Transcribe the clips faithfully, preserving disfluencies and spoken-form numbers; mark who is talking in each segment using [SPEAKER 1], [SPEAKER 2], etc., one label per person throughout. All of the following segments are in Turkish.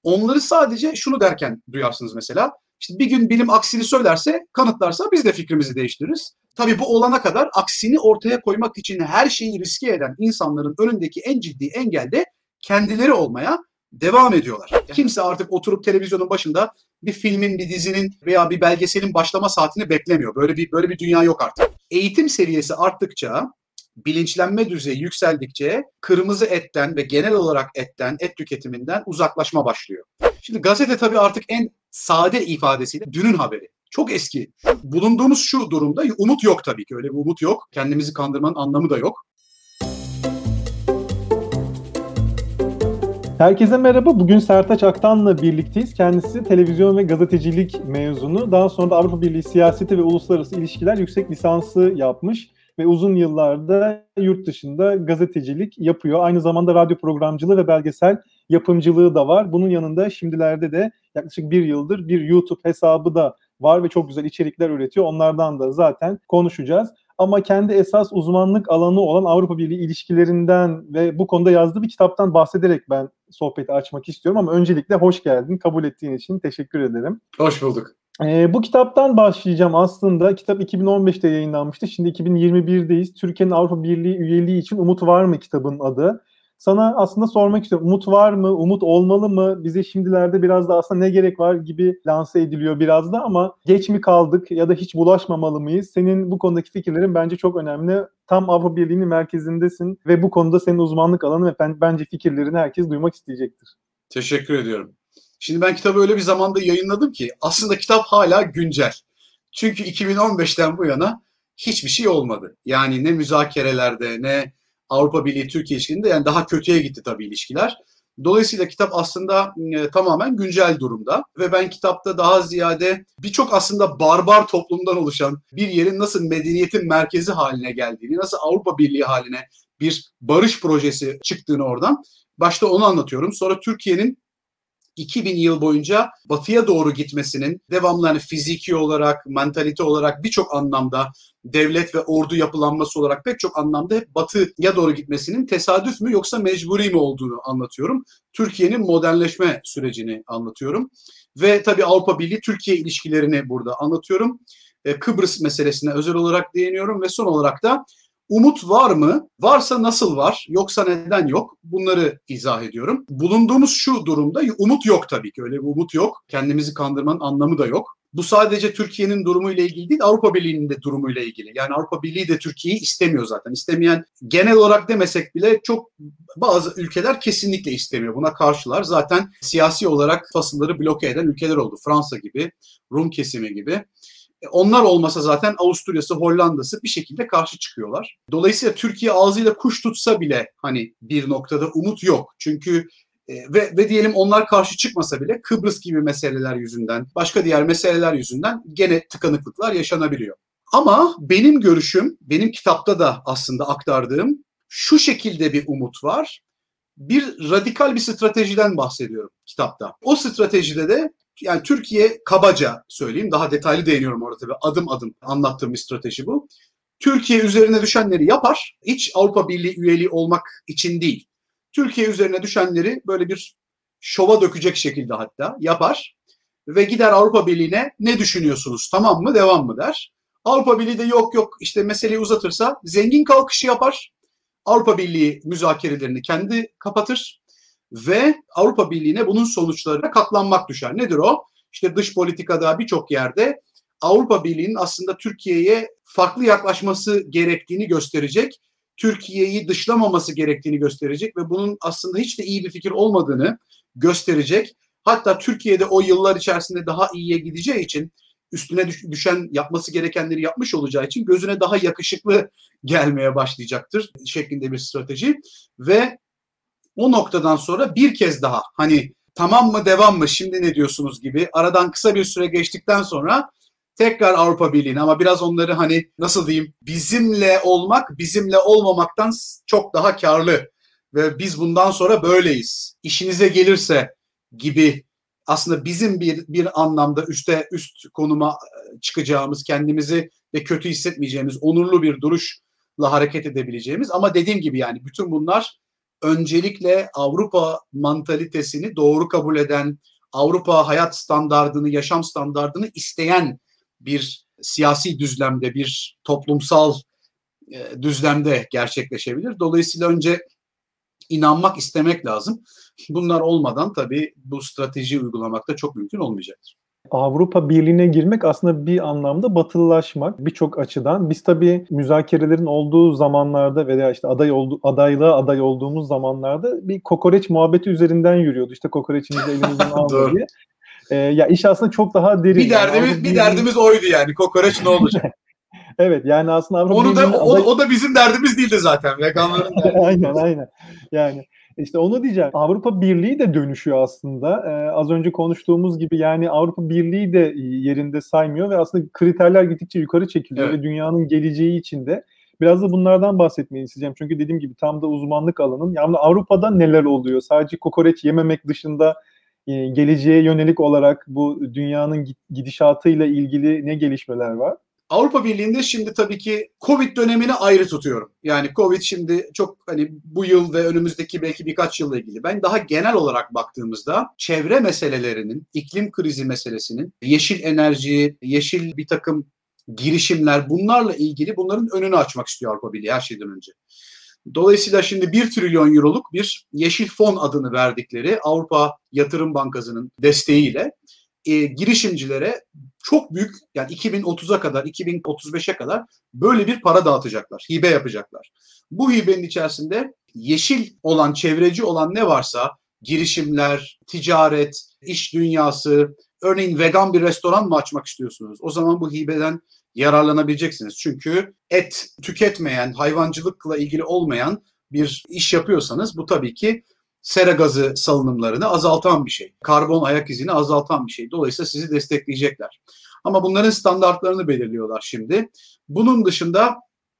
[SPEAKER 1] Onları sadece şunu derken duyarsınız mesela. İşte bir gün bilim aksini söylerse, kanıtlarsa biz de fikrimizi değiştiririz. Tabii bu olana kadar aksini ortaya koymak için her şeyi riske eden insanların önündeki en ciddi engel de kendileri olmaya devam ediyorlar. Kimse artık oturup televizyonun başında bir filmin, bir dizinin veya bir belgeselin başlama saatini beklemiyor. Böyle bir böyle bir dünya yok artık. Eğitim seviyesi arttıkça, bilinçlenme düzeyi yükseldikçe kırmızı etten ve genel olarak etten, et tüketiminden uzaklaşma başlıyor. Şimdi gazete tabii artık en sade ifadesiyle dünün haberi. Çok eski. Bulunduğumuz şu durumda umut yok tabii ki. Öyle bir umut yok. Kendimizi kandırmanın anlamı da yok.
[SPEAKER 2] Herkese merhaba. Bugün Sertaç Aktan'la birlikteyiz. Kendisi televizyon ve gazetecilik mezunu. Daha sonra da Avrupa Birliği Siyaseti ve Uluslararası İlişkiler yüksek lisansı yapmış ve uzun yıllarda yurt dışında gazetecilik yapıyor. Aynı zamanda radyo programcılığı ve belgesel yapımcılığı da var. Bunun yanında şimdilerde de yaklaşık bir yıldır bir YouTube hesabı da var ve çok güzel içerikler üretiyor. Onlardan da zaten konuşacağız. Ama kendi esas uzmanlık alanı olan Avrupa Birliği ilişkilerinden ve bu konuda yazdığı bir kitaptan bahsederek ben sohbeti açmak istiyorum. Ama öncelikle hoş geldin. Kabul ettiğin için teşekkür ederim.
[SPEAKER 1] Hoş bulduk.
[SPEAKER 2] Ee, bu kitaptan başlayacağım aslında. Kitap iki bin on beşte yayınlanmıştı. Şimdi iki bin yirmi birdeyiz. Türkiye'nin Avrupa Birliği üyeliği için umut var mı kitabın adı? Sana aslında sormak istiyorum. Umut var mı? Umut olmalı mı? Bize şimdilerde biraz da aslında ne gerek var gibi lanse ediliyor biraz da ama geç mi kaldık ya da hiç bulaşmamalı mıyız? Senin bu konudaki fikirlerin bence çok önemli. Tam Avrupa Birliği'nin merkezindesin ve bu konuda senin uzmanlık alanı ve ben, bence fikirlerini herkes duymak isteyecektir.
[SPEAKER 1] Teşekkür ediyorum. Şimdi ben kitabı öyle bir zamanda yayınladım ki aslında kitap hala güncel. Çünkü iki bin on beşten bu yana hiçbir şey olmadı. Yani ne müzakerelerde ne Avrupa Birliği Türkiye ilişkilerinde yani daha kötüye gitti tabii ilişkiler. Dolayısıyla kitap aslında e, tamamen güncel durumda ve ben kitapta daha ziyade birçok aslında barbar toplumdan oluşan bir yerin nasıl medeniyetin merkezi haline geldiğini, nasıl Avrupa Birliği haline bir barış projesi çıktığını oradan başta onu anlatıyorum. Sonra Türkiye'nin iki bin yıl boyunca batıya doğru gitmesinin devamlı hani fiziki olarak, mentalite olarak birçok anlamda devlet ve ordu yapılanması olarak pek çok anlamda hep batıya doğru gitmesinin tesadüf mü yoksa mecburi mi olduğunu anlatıyorum. Türkiye'nin modernleşme sürecini anlatıyorum. Ve tabii Avrupa Birliği Türkiye ilişkilerini burada anlatıyorum. Kıbrıs meselesine özel olarak değiniyorum ve son olarak da umut var mı? Varsa nasıl var? Yoksa neden yok? Bunları izah ediyorum. Bulunduğumuz şu durumda umut yok tabii ki. Öyle bir umut yok. Kendimizi kandırmanın anlamı da yok. Bu sadece Türkiye'nin durumuyla ilgili değil, Avrupa Birliği'nin de durumuyla ilgili. Yani Avrupa Birliği de Türkiye'yi istemiyor zaten. İstemeyen, genel olarak demesek bile çok bazı ülkeler kesinlikle istemiyor. Buna karşılar. Zaten siyasi olarak fasılları bloke eden ülkeler oldu. Fransa gibi, Rum kesimi gibi. Onlar olmasa zaten Avusturya'sı, Hollanda'sı bir şekilde karşı çıkıyorlar. Dolayısıyla Türkiye ağzıyla kuş tutsa bile hani bir noktada umut yok. Çünkü e, ve, ve diyelim onlar karşı çıkmasa bile Kıbrıs gibi meseleler yüzünden, başka diğer meseleler yüzünden gene tıkanıklıklar yaşanabiliyor. Ama benim görüşüm, benim kitapta da aslında aktardığım şu şekilde bir umut var. Bir radikal bir stratejiden bahsediyorum kitapta. O stratejide de yani Türkiye kabaca söyleyeyim, daha detaylı değiniyorum orada tabii adım adım anlattığım bir strateji bu. Türkiye üzerine düşenleri yapar, hiç Avrupa Birliği üyeliği olmak için değil. Türkiye üzerine düşenleri böyle bir şova dökecek şekilde hatta yapar ve gider Avrupa Birliği'ne ne düşünüyorsunuz, tamam mı, devam mı der. Avrupa Birliği de yok yok işte meseleyi uzatırsa zengin kalkışı yapar. Avrupa Birliği müzakerelerini kendi kapatır. Ve Avrupa Birliği'ne bunun sonuçlarına katlanmak düşer. Nedir o? İşte dış politikada birçok yerde Avrupa Birliği'nin aslında Türkiye'ye farklı yaklaşması gerektiğini gösterecek, Türkiye'yi dışlamaması gerektiğini gösterecek ve bunun aslında hiç de iyi bir fikir olmadığını gösterecek. Hatta Türkiye'de o yıllar içerisinde daha iyiye gideceği için, üstüne düşen yapması gerekenleri yapmış olacağı için gözüne daha yakışıklı gelmeye başlayacaktır şeklinde bir strateji ve o noktadan sonra bir kez daha hani tamam mı devam mı şimdi ne diyorsunuz gibi aradan kısa bir süre geçtikten sonra tekrar Avrupa Birliği'ne ama biraz onları hani nasıl diyeyim bizimle olmak bizimle olmamaktan çok daha karlı ve biz bundan sonra böyleyiz işinize gelirse gibi aslında bizim bir bir anlamda üste üst konuma çıkacağımız kendimizi ve kötü hissetmeyeceğimiz onurlu bir duruşla hareket edebileceğimiz ama dediğim gibi yani bütün bunlar öncelikle Avrupa mantalitesini doğru kabul eden, Avrupa hayat standardını, yaşam standardını isteyen bir siyasi düzlemde, bir toplumsal e, düzlemde gerçekleşebilir. Dolayısıyla önce inanmak, istemek lazım. Bunlar olmadan tabii bu stratejiyi uygulamak da çok mümkün olmayacaktır.
[SPEAKER 2] Avrupa Birliği'ne girmek aslında bir anlamda batılılaşmak birçok açıdan. Biz tabii müzakerelerin olduğu zamanlarda veya işte aday oldu, adaylığa aday olduğumuz zamanlarda bir kokoreç muhabbeti üzerinden yürüyordu. İşte kokoreçimizi elimizden alma diye. Ee, ya iş aslında çok daha derin.
[SPEAKER 1] Bir derdimiz
[SPEAKER 2] yani
[SPEAKER 1] bir derdimiz oydu yani. Kokoreç ne olacak?
[SPEAKER 2] Evet, yani aslında Avrupa
[SPEAKER 1] Onu da o,
[SPEAKER 2] aday...
[SPEAKER 1] o da bizim derdimiz değildi zaten. Veganların derdi.
[SPEAKER 2] aynen aynen. Yani işte onu diyeceğim. Avrupa Birliği de dönüşüyor aslında. Ee, az önce konuştuğumuz gibi yani Avrupa Birliği de yerinde saymıyor ve aslında kriterler gittikçe yukarı çekiliyor
[SPEAKER 1] Evet.
[SPEAKER 2] ve dünyanın geleceği için de biraz da bunlardan bahsetmeyi isteyeceğim. Çünkü dediğim gibi tam da uzmanlık alanım. Yani Avrupa'da neler oluyor? Sadece kokoreç yememek dışında e, geleceğe yönelik olarak bu dünyanın gidişatıyla ilgili ne gelişmeler var?
[SPEAKER 1] Avrupa Birliği'nde şimdi tabii ki Covid dönemini ayrı tutuyorum. Yani Covid şimdi çok hani bu yıl ve önümüzdeki belki birkaç yılla ilgili. Ben daha genel olarak baktığımızda çevre meselelerinin, iklim krizi meselesinin, yeşil enerji, yeşil bir takım girişimler bunlarla ilgili bunların önünü açmak istiyor Avrupa Birliği her şeyden önce. Dolayısıyla şimdi bir trilyon euroluk bir yeşil fon adını verdikleri Avrupa Yatırım Bankası'nın desteğiyle e, girişimcilere çok büyük yani iki bin otuza kadar, iki bin otuz beşe kadar böyle bir para dağıtacaklar, hibe yapacaklar. Bu hibenin içerisinde yeşil olan, çevreci olan ne varsa girişimler, ticaret, iş dünyası, örneğin vegan bir restoran mı açmak istiyorsunuz? O zaman bu hibeden yararlanabileceksiniz. Çünkü et tüketmeyen, hayvancılıkla ilgili olmayan bir iş yapıyorsanız bu tabii ki sera gazı salınımlarını azaltan bir şey. Karbon ayak izini azaltan bir şey. Dolayısıyla sizi destekleyecekler. Ama bunların standartlarını belirliyorlar şimdi. Bunun dışında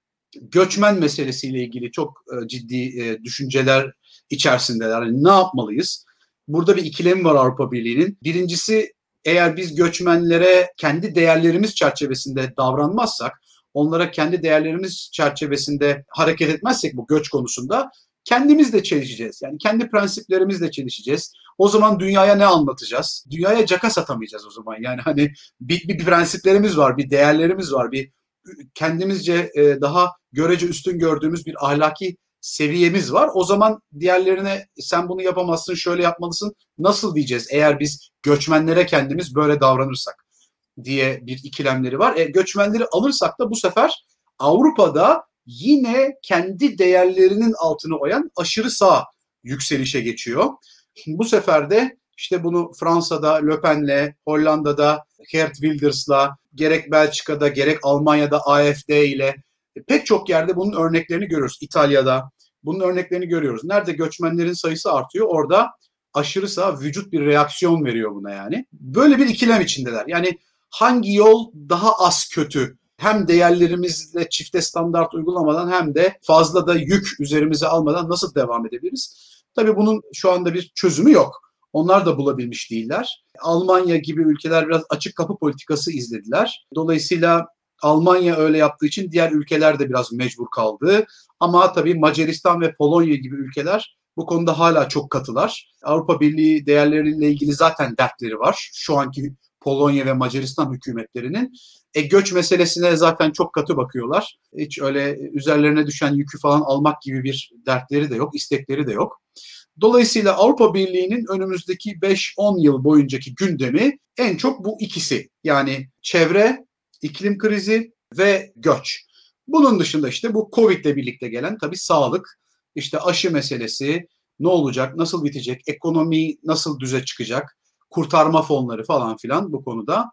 [SPEAKER 1] göçmen meselesiyle ilgili çok ciddi düşünceler içerisindeler. Yani ne yapmalıyız? Burada bir ikilem var Avrupa Birliği'nin. Birincisi eğer biz göçmenlere kendi değerlerimiz çerçevesinde davranmazsak, onlara kendi değerlerimiz çerçevesinde hareket etmezsek bu göç konusunda kendimiz de çelişeceğiz. Yani kendi prensiplerimizle çelişeceğiz. O zaman dünyaya ne anlatacağız? Dünyaya caka satamayacağız o zaman. Yani hani bir, bir, bir prensiplerimiz var, bir değerlerimiz var, bir kendimizce e, daha görece üstün gördüğümüz bir ahlaki seviyemiz var. O zaman diğerlerine sen bunu yapamazsın, şöyle yapmalısın. Nasıl diyeceğiz eğer biz göçmenlere kendimiz böyle davranırsak diye bir ikilemleri var. E, göçmenleri alırsak da bu sefer Avrupa'da yine kendi değerlerinin altına oyan aşırı sağ yükselişe geçiyor. Bu sefer de işte bunu Fransa'da Le Pen'le, Hollanda'da Geert Wilders'la, gerek Belçika'da gerek Almanya'da A F D ile pek çok yerde bunun örneklerini görüyoruz. İtalya'da bunun örneklerini görüyoruz. Nerede göçmenlerin sayısı artıyor orada aşırı sağ vücut bir reaksiyon veriyor buna yani. Böyle bir ikilem içindeler. Yani hangi yol daha az kötü? Hem değerlerimizle çifte standart uygulamadan hem de fazla da yük üzerimize almadan nasıl devam edebiliriz? Tabii bunun şu anda bir çözümü yok. Onlar da bulabilmiş değiller. Almanya gibi ülkeler biraz açık kapı politikası izlediler. Dolayısıyla Almanya öyle yaptığı için diğer ülkeler de biraz mecbur kaldı. Ama tabii Macaristan ve Polonya gibi ülkeler bu konuda hala çok katılar. Avrupa Birliği değerleriyle ilgili zaten dertleri var. Şu anki Polonya ve Macaristan hükümetlerinin. E, göç meselesine zaten çok katı bakıyorlar. Hiç öyle üzerlerine düşen yükü falan almak gibi bir dertleri de yok, istekleri de yok. Dolayısıyla Avrupa Birliği'nin önümüzdeki beş on yıl boyuncaki gündemi en çok bu ikisi. Yani çevre, iklim krizi ve göç. Bunun dışında işte bu Covid ile birlikte gelen tabii sağlık, işte aşı meselesi, ne olacak, nasıl bitecek, ekonomi nasıl düze çıkacak, kurtarma fonları falan filan bu konuda.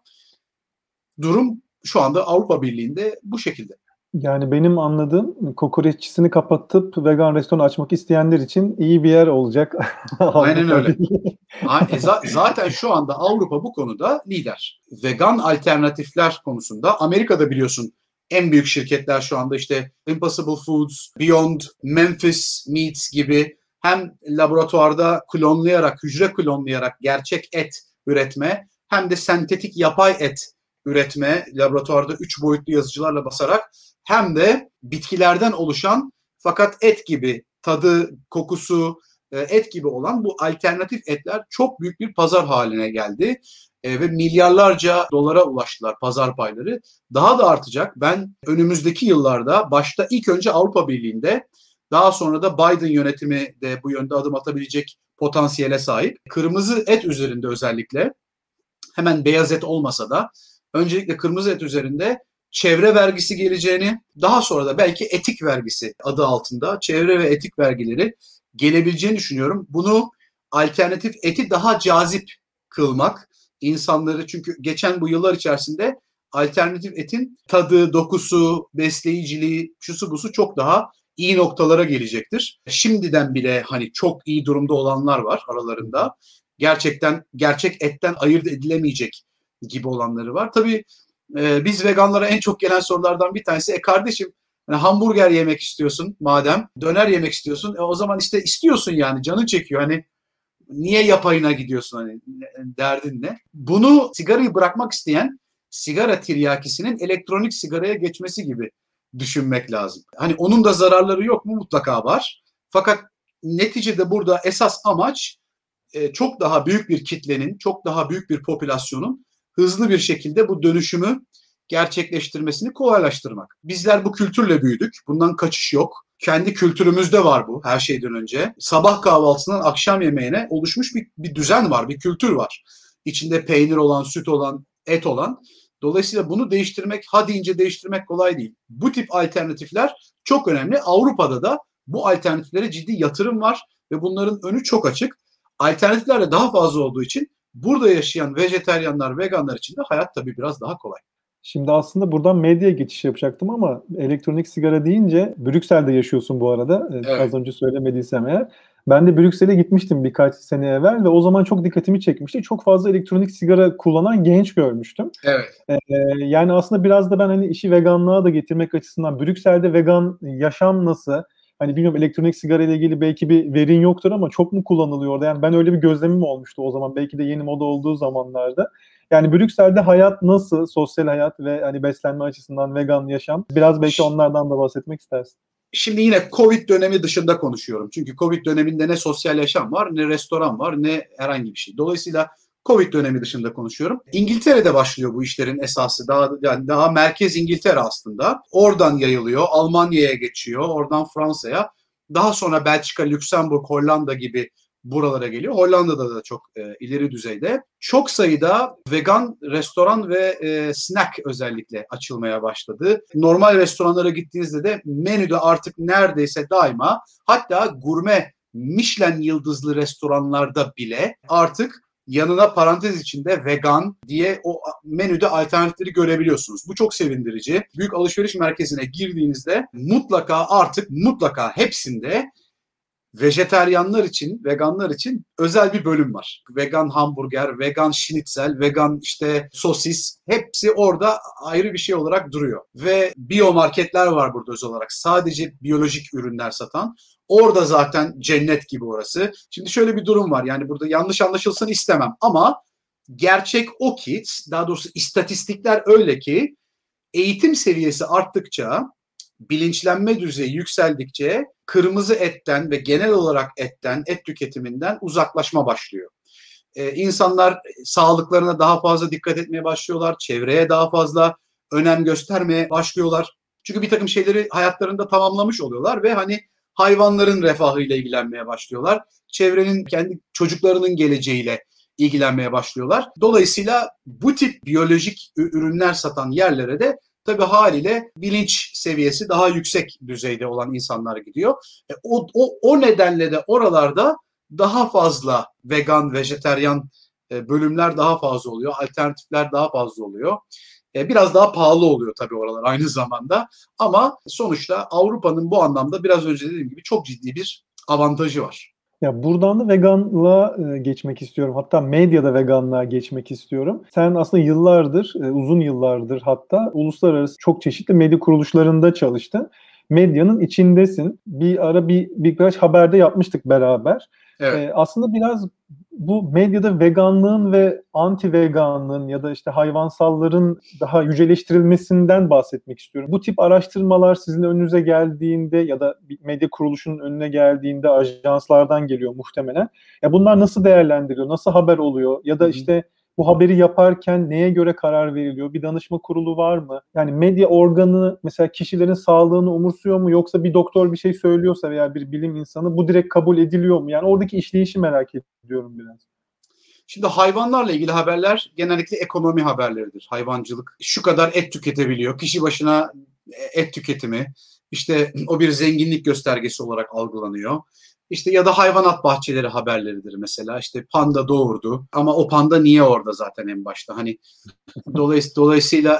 [SPEAKER 1] Durum şu anda Avrupa Birliği'nde bu şekilde.
[SPEAKER 2] Yani benim anladığım kokoreççisini kapatıp vegan restoran açmak isteyenler için iyi bir yer olacak.
[SPEAKER 1] Aynen öyle. Zaten şu anda Avrupa bu konuda lider. Vegan alternatifler konusunda Amerika'da biliyorsun en büyük şirketler şu anda işte Impossible Foods, Beyond, Memphis Meats gibi hem laboratuvarda klonlayarak, hücre klonlayarak gerçek et üretme hem de sentetik yapay et üretme, laboratuvarda üç boyutlu yazıcılarla basarak hem de bitkilerden oluşan fakat et gibi tadı, kokusu e, et gibi olan bu alternatif etler çok büyük bir pazar haline geldi. E, ve milyarlarca dolara ulaştılar pazar payları. Daha da artacak. Ben önümüzdeki yıllarda başta ilk önce Avrupa Birliği'nde, daha sonra da Biden yönetimi de bu yönde adım atabilecek potansiyele sahip. Kırmızı et üzerinde özellikle, hemen beyaz et olmasa da öncelikle kırmızı et üzerinde çevre vergisi geleceğini, daha sonra da belki etik vergisi adı altında çevre ve etik vergileri gelebileceğini düşünüyorum. Bunu alternatif eti daha cazip kılmak insanları, çünkü geçen bu yıllar içerisinde alternatif etin tadı, dokusu, besleyiciliği, şusu busu çok daha iyi noktalara gelecektir. Şimdiden bile hani çok iyi durumda olanlar var aralarında. Gerçekten gerçek etten ayırt edilemeyecek gibi olanları var. Tabii e, biz veganlara en çok gelen sorulardan bir tanesi, e kardeşim hani hamburger yemek istiyorsun madem, döner yemek istiyorsun, e o zaman işte istiyorsun yani canın çekiyor, hani niye yapayına gidiyorsun, hani derdin ne? Bunu sigarayı bırakmak isteyen sigara tiryakisinin elektronik sigaraya geçmesi gibi düşünmek lazım. Hani onun da zararları yok mu? Mutlaka var. Fakat neticede burada esas amaç e, çok daha büyük bir kitlenin, çok daha büyük bir popülasyonun hızlı bir şekilde bu dönüşümü gerçekleştirmesini kolaylaştırmak. Bizler bu kültürle büyüdük. Bundan kaçış yok. Kendi kültürümüzde var bu her şeyden önce. Sabah kahvaltısından akşam yemeğine oluşmuş bir, bir düzen var, bir kültür var. İçinde peynir olan, süt olan, et olan. Dolayısıyla bunu değiştirmek, ha deyince değiştirmek kolay değil. Bu tip alternatifler çok önemli. Avrupa'da da bu alternatiflere ciddi yatırım var ve bunların önü çok açık. Alternatifler de daha fazla olduğu için burada yaşayan vejetaryenler, veganlar için de hayat tabii biraz daha kolay.
[SPEAKER 2] Şimdi aslında buradan medyaya geçiş yapacaktım ama elektronik sigara deyince Brüksel'de yaşıyorsun bu arada. Evet. Az önce söylemediysem eğer. Ben de Brüksel'e gitmiştim birkaç sene evvel ve o zaman çok dikkatimi çekmişti. Çok fazla elektronik sigara kullanan genç görmüştüm.
[SPEAKER 1] Evet.
[SPEAKER 2] Ee, yani aslında biraz da ben hani işi veganlığa da getirmek açısından Brüksel'de vegan yaşam nasıl? Hani bilmiyorum, elektronik sigara ile ilgili belki bir verin yoktur ama çok mu kullanılıyor orada? Yani ben öyle bir gözlemim olmuştu o zaman. Belki de yeni moda olduğu zamanlarda. Yani Brüksel'de hayat nasıl? Sosyal hayat ve hani beslenme açısından vegan yaşam. Biraz belki onlardan da bahsetmek istersin.
[SPEAKER 1] Şimdi yine Covid dönemi dışında konuşuyorum. Çünkü Covid döneminde ne sosyal yaşam var, ne restoran var, ne herhangi bir şey. Dolayısıyla Covid dönemi dışında konuşuyorum. İngiltere'de başlıyor bu işlerin esası. Daha yani daha merkez İngiltere aslında. Oradan yayılıyor, Almanya'ya geçiyor, oradan Fransa'ya. Daha sonra Belçika, Lüksemburg, Hollanda gibi buralara geliyor. Hollanda'da da çok e, ileri düzeyde. Çok sayıda vegan restoran ve e, snack özellikle açılmaya başladı. Normal restoranlara gittiğinizde de menüde artık neredeyse daima, hatta gurme Michelin yıldızlı restoranlarda bile artık yanına parantez içinde vegan diye o menüde alternatifleri görebiliyorsunuz. Bu çok sevindirici. Büyük alışveriş merkezine girdiğinizde mutlaka artık mutlaka hepsinde vejeteryanlar için, veganlar için özel bir bölüm var. Vegan hamburger, vegan şnitzel, vegan işte sosis, hepsi orada ayrı bir şey olarak duruyor. Ve biyomarketler var burada özel olarak. Sadece biyolojik ürünler satan. Orada zaten cennet gibi orası. Şimdi şöyle bir durum var. Yani burada yanlış anlaşılsın istemem ama gerçek o ki, daha doğrusu istatistikler öyle ki, eğitim seviyesi arttıkça, bilinçlenme düzeyi yükseldikçe kırmızı etten ve genel olarak etten, et tüketiminden uzaklaşma başlıyor. Ee, insanlar sağlıklarına daha fazla dikkat etmeye başlıyorlar, çevreye daha fazla önem göstermeye başlıyorlar. Çünkü bir takım şeyleri hayatlarında tamamlamış oluyorlar ve hani hayvanların refahıyla ilgilenmeye başlıyorlar. Çevrenin, kendi çocuklarının geleceğiyle ilgilenmeye başlıyorlar. Dolayısıyla bu tip biyolojik ürünler satan yerlere de tabii haliyle bilinç seviyesi daha yüksek düzeyde olan insanlar gidiyor. E, o, o, o nedenle de oralarda daha fazla vegan, vejeteryan e, bölümler daha fazla oluyor. Alternatifler daha fazla oluyor. E, biraz daha pahalı oluyor tabii oralar aynı zamanda. Ama sonuçta Avrupa'nın bu anlamda biraz önce dediğim gibi çok ciddi bir avantajı var.
[SPEAKER 2] Ya buradan da veganlığa e, geçmek istiyorum. Hatta medyada veganlığa geçmek istiyorum. Sen aslında yıllardır, e, uzun yıllardır hatta uluslararası çok çeşitli medya kuruluşlarında çalıştın. Medyanın içindesin. Bir ara bir birkaç haberde yapmıştık beraber.
[SPEAKER 1] Evet.
[SPEAKER 2] Ee, aslında biraz bu medyada veganlığın ve anti-veganlığın ya da işte hayvansalların daha yüceleştirilmesinden bahsetmek istiyorum. Bu tip araştırmalar sizin önünüze geldiğinde ya da bir medya kuruluşunun önüne geldiğinde ajanslardan geliyor muhtemelen. Ya bunlar nasıl değerlendiriliyor, nasıl haber oluyor ya
[SPEAKER 1] Hı
[SPEAKER 2] da
[SPEAKER 1] hı.
[SPEAKER 2] işte bu haberi yaparken neye göre karar veriliyor? Bir danışma kurulu var mı? Yani medya organı mesela kişilerin sağlığını umursuyor mu? Yoksa bir doktor bir şey söylüyorsa veya bir bilim insanı bu direkt kabul ediliyor mu? Yani oradaki işleyişi merak ediyorum biraz.
[SPEAKER 1] Şimdi hayvanlarla ilgili haberler genellikle ekonomi haberleridir. Hayvancılık şu kadar et tüketebiliyor. Kişi başına et tüketimi, işte o bir zenginlik göstergesi olarak algılanıyor. İşte ya da hayvanat bahçeleri haberleridir mesela. İşte panda doğurdu ama o panda niye orada zaten en başta? Hani dolayısıyla, dolayısıyla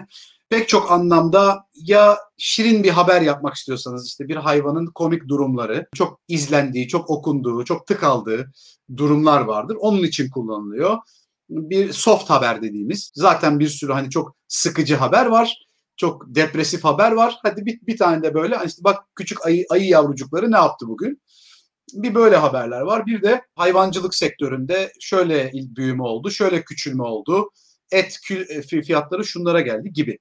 [SPEAKER 1] pek çok anlamda ya şirin bir haber yapmak istiyorsanız işte bir hayvanın komik durumları, çok izlendiği, çok okunduğu, çok tık aldığı durumlar vardır. Onun için kullanılıyor. Bir soft haber dediğimiz zaten bir sürü hani çok sıkıcı haber var. Çok depresif haber var. Hadi bir, bir tane de böyle işte bak küçük ayı, ayı yavrucukları ne yaptı bugün? Bir böyle haberler var. Bir de hayvancılık sektöründe şöyle büyüme oldu, şöyle küçülme oldu. Et fiyatları şunlara geldi gibi.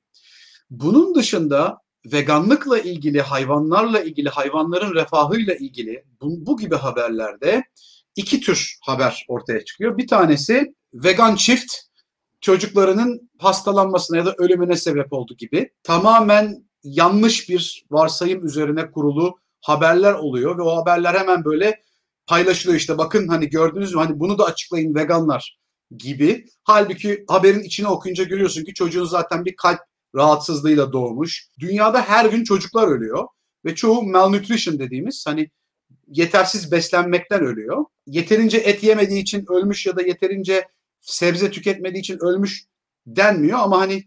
[SPEAKER 1] Bunun dışında veganlıkla ilgili, hayvanlarla ilgili, hayvanların refahıyla ilgili bu, bu gibi haberlerde iki tür haber ortaya çıkıyor. Bir tanesi vegan çift çocuklarının hastalanmasına ya da ölümüne sebep oldu gibi tamamen yanlış bir varsayım üzerine kurulu haberler oluyor ve o haberler hemen böyle paylaşılıyor, işte bakın hani gördünüz mü hani bunu da açıklayın veganlar gibi. Halbuki haberin içine okuyunca görüyorsun ki çocuğun zaten bir kalp rahatsızlığıyla doğmuş. Dünyada her gün çocuklar ölüyor ve çoğu malnutrition dediğimiz hani yetersiz beslenmekten ölüyor. Yeterince et yemediği için ölmüş ya da yeterince sebze tüketmediği için ölmüş denmiyor ama hani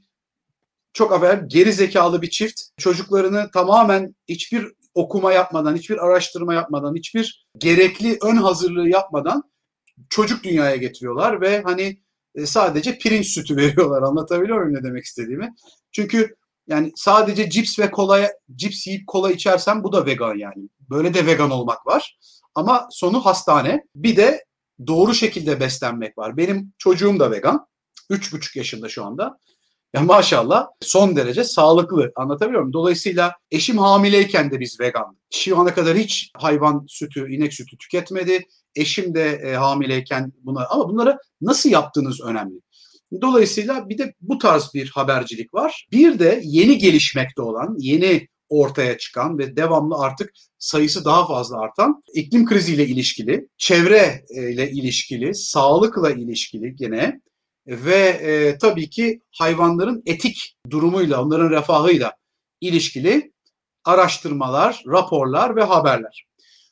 [SPEAKER 1] çok affedersin geri zekalı bir çift çocuklarını tamamen hiçbir okuma yapmadan, hiçbir araştırma yapmadan, hiçbir gerekli ön hazırlığı yapmadan çocuk dünyaya getiriyorlar ve hani sadece pirinç sütü veriyorlar. Anlatabiliyor muyum ne demek istediğimi? Çünkü yani sadece cips ve kola, cips yiyip kola içersen bu da vegan yani. Böyle de vegan olmak var. Ama sonu hastane. Bir de doğru şekilde beslenmek var. Benim çocuğum da vegan. Üç buçuk yaşında şu anda. Ya maşallah son derece sağlıklı. Anlatabiliyor muyum? Dolayısıyla eşim hamileyken de biz vegan. Şu ana kadar hiç hayvan sütü, inek sütü tüketmedi. Eşim de e, hamileyken buna, ama bunları nasıl yaptığınız önemli. Dolayısıyla bir de bu tarz bir habercilik var. Bir de yeni gelişmekte olan, yeni ortaya çıkan ve devamlı artık sayısı daha fazla artan iklim kriziyle ilişkili, çevreyle ilişkili, sağlıkla ilişkili gene ve e, tabii ki hayvanların etik durumuyla, onların refahıyla ilişkili araştırmalar, raporlar ve haberler.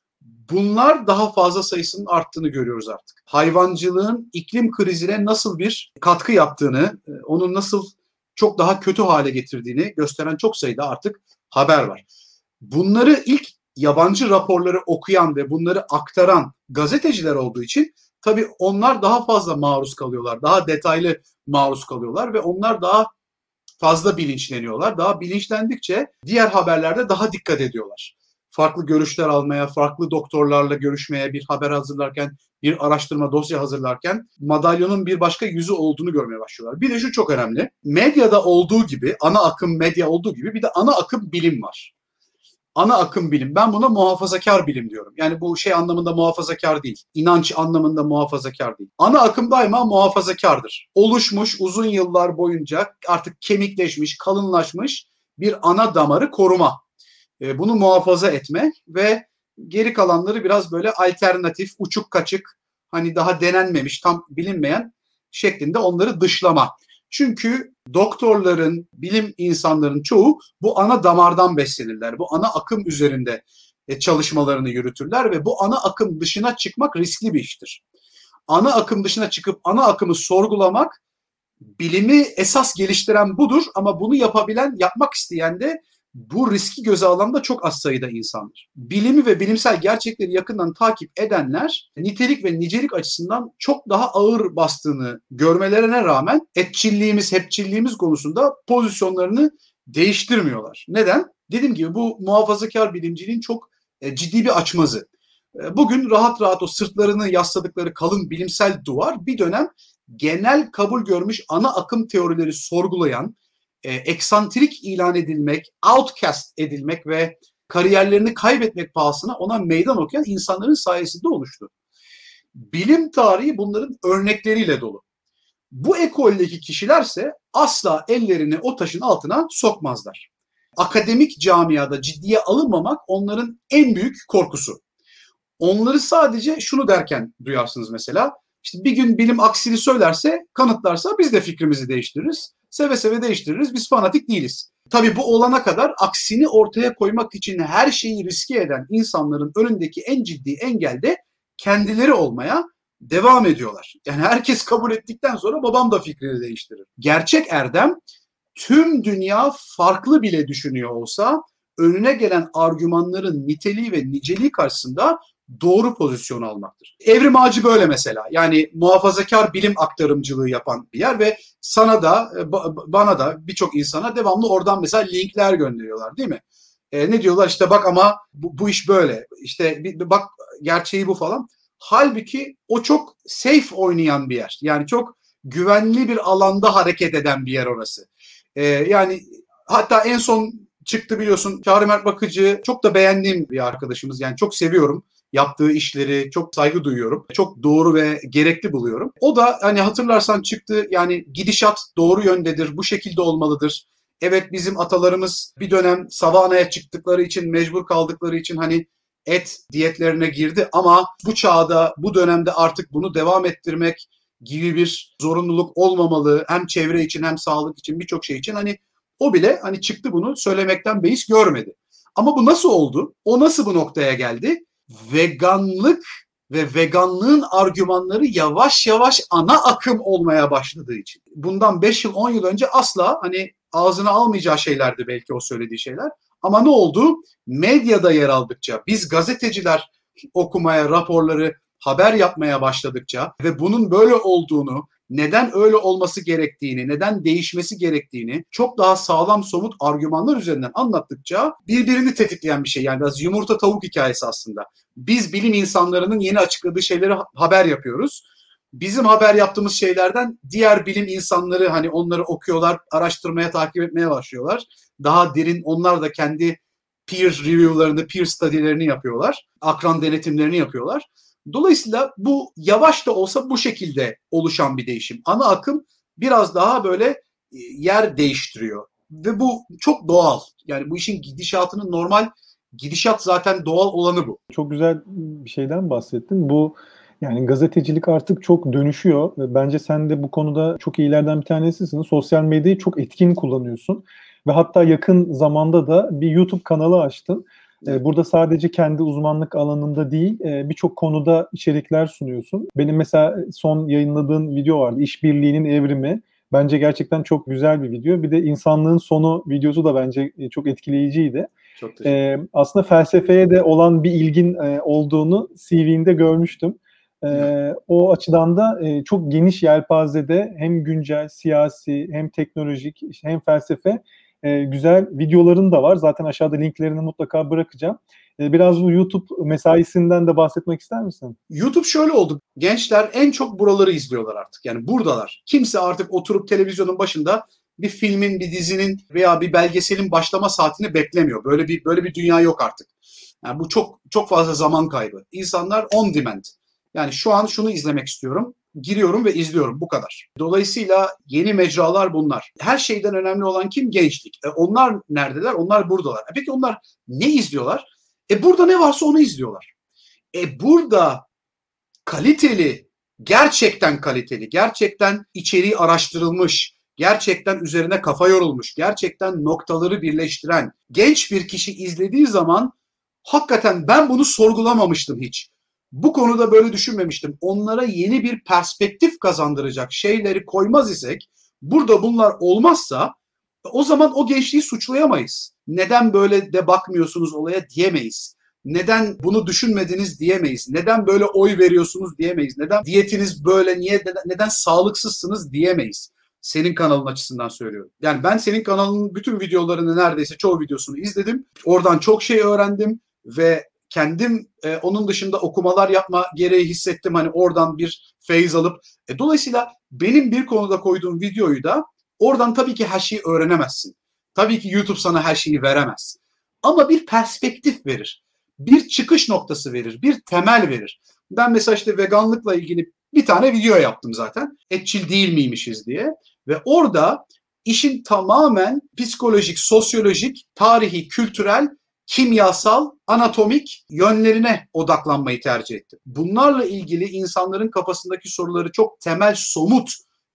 [SPEAKER 1] Bunlar daha fazla sayısının arttığını görüyoruz artık. Hayvancılığın iklim krizine nasıl bir katkı yaptığını, onun nasıl çok daha kötü hale getirdiğini gösteren çok sayıda artık haber var. Bunları ilk yabancı raporları okuyan ve bunları aktaran gazeteciler olduğu için tabii onlar daha fazla maruz kalıyorlar, daha detaylı maruz kalıyorlar ve onlar daha fazla bilinçleniyorlar. Daha bilinçlendikçe diğer haberlerde daha dikkat ediyorlar. Farklı görüşler almaya, farklı doktorlarla görüşmeye, bir haber hazırlarken, bir araştırma dosya hazırlarken madalyonun bir başka yüzü olduğunu görmeye başlıyorlar. Bir de şu çok önemli. Medyada olduğu gibi, ana akım medya olduğu gibi bir de ana akım bilim var. Ana akım bilim. Ben buna muhafazakar bilim diyorum. Yani bu şey anlamında muhafazakar değil. İnanç anlamında muhafazakar değil. Ana akım daima muhafazakardır. Oluşmuş uzun yıllar boyunca artık kemikleşmiş, kalınlaşmış bir ana damarı koruma. Bunu muhafaza etme ve geri kalanları biraz böyle alternatif, uçuk kaçık, hani daha denenmemiş, tam bilinmeyen şeklinde onları dışlama. Çünkü doktorların, bilim insanların çoğu bu ana damardan beslenirler. Bu ana akım üzerinde çalışmalarını yürütürler ve bu ana akım dışına çıkmak riskli bir iştir. Ana akım dışına çıkıp ana akımı sorgulamak, bilimi esas geliştiren budur ama bunu yapabilen, yapmak isteyen de bu riski göze alan da çok az sayıda insandır. Bilimi ve bilimsel gerçekleri yakından takip edenler nitelik ve nicelik açısından çok daha ağır bastığını görmelerine rağmen etçilliğimiz, hepçilliğimiz konusunda pozisyonlarını değiştirmiyorlar. Neden? Dediğim gibi bu muhafazakar bilimciliğin çok ciddi bir açmazı. Bugün rahat rahat o sırtlarını yasladıkları kalın bilimsel duvar bir dönem genel kabul görmüş ana akım teorileri sorgulayan, e, eksantrik ilan edilmek, outcast edilmek ve kariyerlerini kaybetmek pahasına ona meydan okuyan insanların sayesinde oluştu. Bilim tarihi bunların örnekleriyle dolu. Bu ekoldeki kişilerse asla ellerini o taşın altına sokmazlar. Akademik camiada ciddiye alınmamak onların en büyük korkusu. Onları sadece şunu derken duyarsınız mesela. İşte bir gün bilim aksini söylerse, kanıtlarsa biz de fikrimizi değiştiririz. Seve seve değiştiririz. Biz fanatik değiliz. Tabii bu olana kadar aksini ortaya koymak için her şeyi riske eden insanların önündeki en ciddi engel de kendileri olmaya devam ediyorlar. Yani herkes kabul ettikten sonra babam da fikrini değiştirir. Gerçek erdem tüm dünya farklı bile düşünüyor olsa önüne gelen argümanların niteliği ve niceliği karşısında doğru pozisyon almaktır. Evrim Ağacı böyle mesela. Yani muhafazakar bilim aktarımcılığı yapan bir yer ve sana da bana da birçok insana devamlı oradan mesela linkler gönderiyorlar değil mi? E, ne diyorlar işte bak ama bu, bu iş böyle. İşte bir, bak gerçeği bu falan. Halbuki o çok safe oynayan bir yer. Yani çok güvenli bir alanda hareket eden bir yer orası. E, yani hatta en son çıktı biliyorsun Çağrı Mert Bakıcı çok da beğendiğim bir arkadaşımız. Yani çok seviyorum. Yaptığı işleri çok saygı duyuyorum. Çok doğru ve gerekli buluyorum. O da hani hatırlarsan çıktı yani gidişat doğru yöndedir, bu şekilde olmalıdır. Evet bizim atalarımız bir dönem savanaya çıktıkları için, mecbur kaldıkları için hani et diyetlerine girdi ama bu çağda, bu dönemde artık bunu devam ettirmek gibi bir zorunluluk olmamalı. Hem çevre için hem sağlık için birçok şey için hani o bile hani çıktı bunu söylemekten beis görmedi. Ama bu nasıl oldu? O nasıl bu noktaya geldi? Veganlık ve veganlığın argümanları yavaş yavaş ana akım olmaya başladığı için. Bundan beş yıl on yıl önce asla hani ağzına almayacağı şeylerdi belki o söylediği şeyler. Ama ne oldu? Medyada yer aldıkça, biz gazeteciler okumaya, raporları, haber yapmaya başladıkça ve bunun böyle olduğunu, neden öyle olması gerektiğini, neden değişmesi gerektiğini çok daha sağlam somut argümanlar üzerinden anlattıkça birbirini tetikleyen bir şey. Yani biraz yumurta tavuk hikayesi aslında. Biz bilim insanlarının yeni açıkladığı şeyleri haber yapıyoruz. Bizim haber yaptığımız şeylerden diğer bilim insanları hani onları okuyorlar, araştırmaya, takip etmeye başlıyorlar. Daha derin onlar da kendi peer review'larını, peer study'lerini yapıyorlar. Akran denetimlerini yapıyorlar. Dolayısıyla bu yavaş da olsa bu şekilde oluşan bir değişim. Ana akım biraz daha böyle yer değiştiriyor. Ve bu çok doğal. Yani bu işin gidişatının normal, gidişat zaten doğal olanı bu.
[SPEAKER 2] Çok güzel bir şeyden bahsettin. Bu yani gazetecilik artık çok dönüşüyor. Bence sen de bu konuda çok iyilerden bir tanesisin. Sosyal medyayı çok etkin kullanıyorsun. Ve hatta yakın zamanda da bir YouTube kanalı açtın. Evet. Burada sadece kendi uzmanlık alanında değil, birçok konuda içerikler sunuyorsun. Benim mesela son yayınladığın video vardı, İşbirliğinin Evrimi. Bence gerçekten çok güzel bir video. Bir de insanlığın Sonu videosu da bence çok etkileyiciydi.
[SPEAKER 1] Çok teşekkür ederim.
[SPEAKER 2] Ee, aslında felsefeye de olan bir ilgin e, olduğunu C V'nde görmüştüm. Ee, o açıdan da e, çok geniş yelpazede hem güncel, siyasi, hem teknolojik, hem felsefe e, güzel videoların da var. Zaten aşağıda linklerini mutlaka bırakacağım. E, biraz bu YouTube mesaisinden de bahsetmek ister misin?
[SPEAKER 1] YouTube şöyle oldu. Gençler en çok buraları izliyorlar artık. Yani buradalar. Kimse artık oturup televizyonun başında bir filmin, bir dizinin veya bir belgeselin başlama saatini beklemiyor. Böyle bir böyle bir dünya yok artık. Yani bu çok çok fazla zaman kaybı. İnsanlar on demand. Yani şu an şunu izlemek istiyorum. Giriyorum ve izliyorum. Bu kadar. Dolayısıyla yeni mecralar bunlar. Her şeyden önemli olan kim? Gençlik. E onlar neredeler? Onlar buradalar. E peki onlar ne izliyorlar? E burada ne varsa onu izliyorlar. E burada kaliteli, gerçekten kaliteli, gerçekten içeriği araştırılmış, gerçekten üzerine kafa yorulmuş, gerçekten noktaları birleştiren genç bir kişi izlediği zaman hakikaten ben bunu sorgulamamıştım hiç. Bu konuda böyle düşünmemiştim. Onlara yeni bir perspektif kazandıracak şeyleri koymaz isek, burada bunlar olmazsa o zaman o gençliği suçlayamayız. Neden böyle de bakmıyorsunuz olaya diyemeyiz. Neden bunu düşünmediniz diyemeyiz. Neden böyle oy veriyorsunuz diyemeyiz. Neden diyetiniz böyle, niye neden, neden sağlıksızsınız diyemeyiz. Senin kanalın açısından söylüyorum. Yani ben senin kanalının bütün videolarını neredeyse çoğu videosunu izledim. Oradan çok şey öğrendim ve kendim e, onun dışında okumalar yapma gereği hissettim. Hani oradan bir feyiz alıp. E, dolayısıyla benim bir konuda koyduğum videoyu da oradan tabii ki her şeyi öğrenemezsin. Tabii ki YouTube sana her şeyi veremez. Ama bir perspektif verir. Bir çıkış noktası verir. Bir temel verir. Ben mesela işte veganlıkla ilgili bir tane video yaptım zaten. Etçil değil miymişiz diye. Ve orada işin tamamen psikolojik, sosyolojik, tarihi, kültürel, kimyasal, anatomik yönlerine odaklanmayı tercih ettim. Bunlarla ilgili insanların kafasındaki soruları çok temel, somut,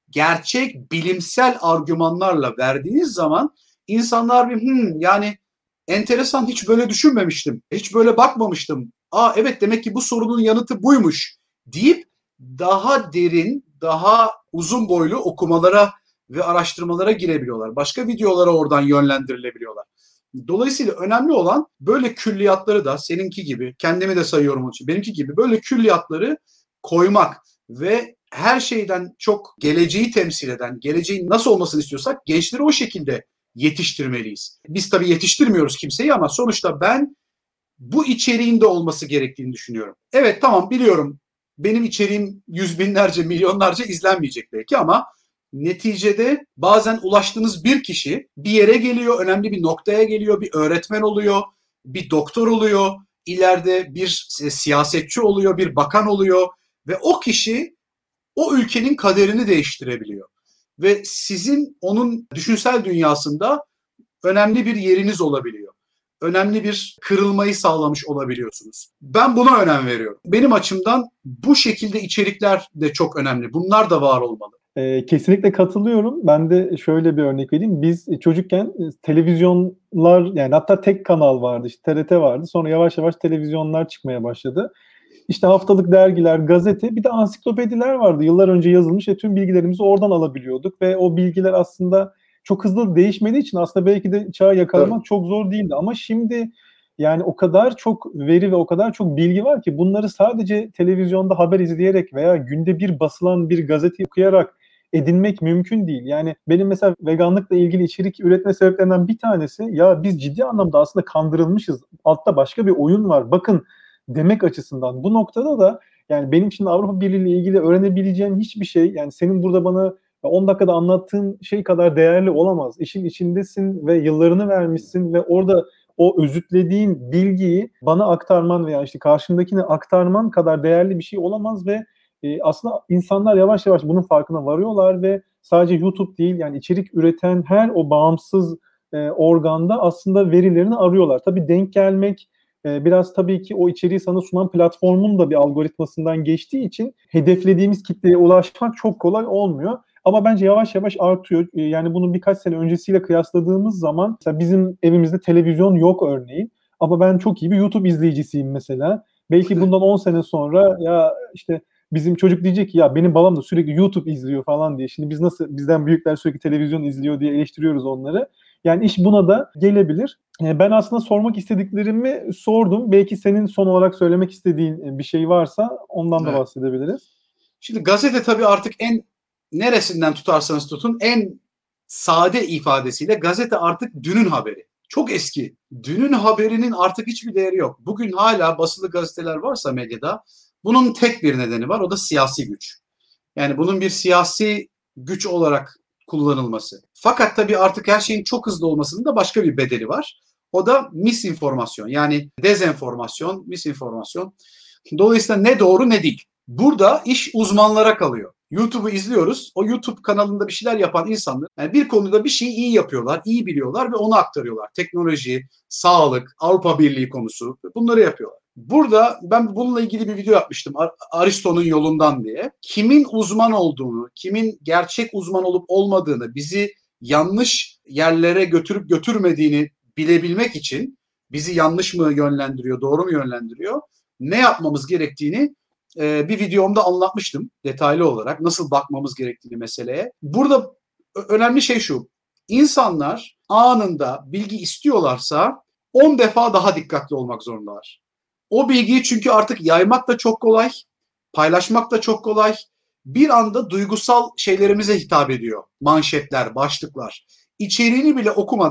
[SPEAKER 1] gerçek, bilimsel argümanlarla verdiğiniz zaman insanlar bir hmm, yani enteresan, hiç böyle düşünmemiştim, hiç böyle bakmamıştım. Aa evet, demek ki bu sorunun yanıtı buymuş deyip daha derin, daha uzun boylu okumalara ve araştırmalara girebiliyorlar. Başka videolara oradan yönlendirilebiliyorlar. Dolayısıyla önemli olan böyle külliyatları da seninki gibi, kendimi de sayıyorum onun için, benimki gibi böyle külliyatları koymak ve her şeyden çok geleceği temsil eden, geleceğin nasıl olmasını istiyorsak gençleri o şekilde yetiştirmeliyiz. Biz tabii yetiştirmiyoruz kimseyi ama sonuçta ben bu içeriğin de olması gerektiğini düşünüyorum. Evet, tamam, biliyorum benim içeriğim yüz binlerce, milyonlarca izlenmeyecek belki ama neticede bazen ulaştığınız bir kişi bir yere geliyor, önemli bir noktaya geliyor, bir öğretmen oluyor, bir doktor oluyor, ileride bir siyasetçi oluyor, bir bakan oluyor ve o kişi o ülkenin kaderini değiştirebiliyor. Ve sizin onun düşünsel dünyasında önemli bir yeriniz olabiliyor. Önemli bir kırılmayı sağlamış olabiliyorsunuz. Ben buna önem veriyorum. Benim açımdan bu şekilde içerikler de çok önemli. Bunlar da var olmalı.
[SPEAKER 2] E, kesinlikle katılıyorum. Ben de şöyle bir örnek vereyim. Biz çocukken e, televizyonlar, yani hatta tek kanal vardı, işte T R T vardı. Sonra yavaş yavaş televizyonlar çıkmaya başladı. İşte haftalık dergiler, gazete, bir de ansiklopediler vardı. Yıllar önce yazılmış ve tüm bilgilerimizi oradan alabiliyorduk. Ve o bilgiler aslında çok hızlı değişmediği için aslında belki de çağı yakalamak evet. çok zor değildi. Ama şimdi yani o kadar çok veri ve o kadar çok bilgi var ki bunları sadece televizyonda haber izleyerek veya günde bir basılan bir gazete okuyarak edinmek mümkün değil. Yani benim mesela veganlıkla ilgili içerik üretme sebeplerinden bir tanesi, ya biz ciddi anlamda aslında kandırılmışız. Altta başka bir oyun var. Bakın demek açısından. Bu noktada da yani benim için Avrupa Birliği ile ilgili öğrenebileceğim hiçbir şey, yani senin burada bana on dakikada anlattığın şey kadar değerli olamaz. İşin içindesin ve yıllarını vermişsin ve orada o özütlediğin bilgiyi bana aktarman veya işte karşındakine aktarman kadar değerli bir şey olamaz ve e, aslında insanlar yavaş yavaş bunun farkına varıyorlar ve sadece YouTube değil, yani içerik üreten her o bağımsız e, organda aslında verilerini arıyorlar. Tabii denk gelmek e, biraz tabii ki o içeriği sana sunan platformun da bir algoritmasından geçtiği için hedeflediğimiz kitleye ulaşmak çok kolay olmuyor. Ama bence yavaş yavaş artıyor. Yani bunu birkaç sene öncesiyle kıyasladığımız zaman mesela bizim evimizde televizyon yok örneğin. Ama ben çok iyi bir YouTube izleyicisiyim mesela. Belki bundan on sene sonra ya işte bizim çocuk diyecek ki ya benim babam da sürekli YouTube izliyor falan diye. Şimdi biz nasıl, bizden büyükler sürekli televizyon izliyor diye eleştiriyoruz onları. Yani iş buna da gelebilir. Ben aslında sormak istediklerimi sordum. Belki senin son olarak söylemek istediğin bir şey varsa ondan da evet. bahsedebiliriz.
[SPEAKER 1] Şimdi gazete tabii artık en neresinden tutarsanız tutun en sade ifadesiyle gazete artık dünün haberi. Çok eski. Dünün haberinin artık hiçbir değeri yok. Bugün hala basılı gazeteler varsa medyada bunun tek bir nedeni var. O da siyasi güç. Yani bunun bir siyasi güç olarak kullanılması. Fakat tabii artık her şeyin çok hızlı olmasının da başka bir bedeli var. O da misinformasyon. Yani dezenformasyon, misinformasyon. Dolayısıyla ne doğru ne değil. Burada iş uzmanlara kalıyor. YouTube'u izliyoruz. O YouTube kanalında bir şeyler yapan insanlar yani bir konuda bir şeyi iyi yapıyorlar, iyi biliyorlar ve onu aktarıyorlar. Teknoloji, sağlık, Avrupa Birliği konusu, bunları yapıyorlar. Burada ben bununla ilgili bir video yapmıştım. Aristo'nun yolundan diye. Kimin uzman olduğunu, kimin gerçek uzman olup olmadığını, bizi yanlış yerlere götürüp götürmediğini bilebilmek için, bizi yanlış mı yönlendiriyor, doğru mu yönlendiriyor, ne yapmamız gerektiğini e, bir videomda anlatmıştım detaylı olarak. Nasıl bakmamız gerektiğini meseleye. Burada önemli şey şu. İnsanlar anında bilgi istiyorlarsa on defa daha dikkatli olmak zorundalar. O bilgiyi çünkü artık yaymak da çok kolay, paylaşmak da çok kolay. Bir anda duygusal şeylerimize hitap ediyor. Manşetler, başlıklar. İçeriğini bile okumadan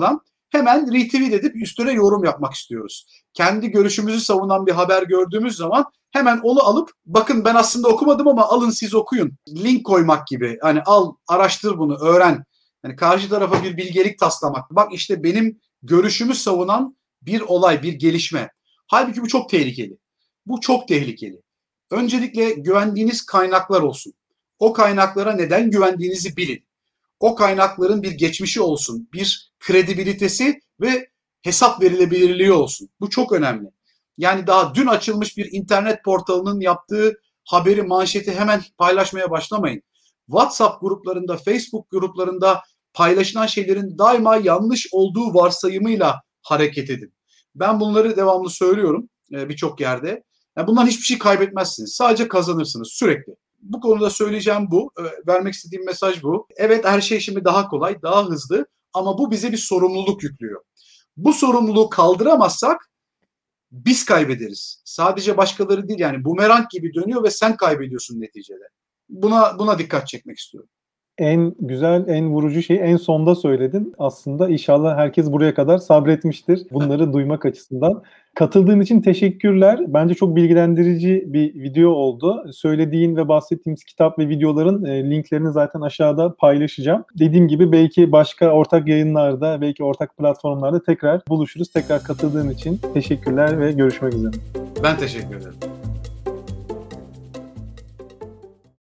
[SPEAKER 1] hemen retweet edip üstüne yorum yapmak istiyoruz. Kendi görüşümüzü savunan bir haber gördüğümüz zaman hemen onu alıp bakın ben aslında okumadım ama alın siz okuyun. Link koymak gibi. Hani al araştır bunu öğren. Yani karşı tarafa bir bilgelik taslamak. Bak işte benim görüşümü savunan bir olay, bir gelişme. Halbuki bu çok tehlikeli. Bu çok tehlikeli. Öncelikle güvendiğiniz kaynaklar olsun. O kaynaklara neden güvendiğinizi bilin. O kaynakların bir geçmişi olsun, bir kredibilitesi ve hesap verilebilirliği olsun. Bu çok önemli. Yani daha dün açılmış bir internet portalının yaptığı haberi, manşeti hemen paylaşmaya başlamayın. WhatsApp gruplarında, Facebook gruplarında paylaşılan şeylerin daima yanlış olduğu varsayımıyla hareket edin. Ben bunları devamlı söylüyorum birçok yerde. Yani bundan hiçbir şey kaybetmezsiniz. Sadece kazanırsınız sürekli. Bu konuda söyleyeceğim bu. Vermek istediğim mesaj bu. Evet her şey şimdi daha kolay, daha hızlı ama bu bize bir sorumluluk yüklüyor. Bu sorumluluğu kaldıramazsak biz kaybederiz. Sadece başkaları değil yani bumerang gibi dönüyor ve sen kaybediyorsun neticede. Buna buna dikkat çekmek istiyorum.
[SPEAKER 2] En güzel, en vurucu şeyi en sonda söyledin. Aslında inşallah herkes buraya kadar sabretmiştir bunları duymak açısından. Katıldığın için teşekkürler. Bence çok bilgilendirici bir video oldu. Söylediğin ve bahsettiğimiz kitap ve videoların e, linklerini zaten aşağıda paylaşacağım. Dediğim gibi belki başka ortak yayınlarda, belki ortak platformlarda tekrar buluşuruz. Tekrar katıldığın için teşekkürler ve görüşmek üzere.
[SPEAKER 1] Ben teşekkür ederim.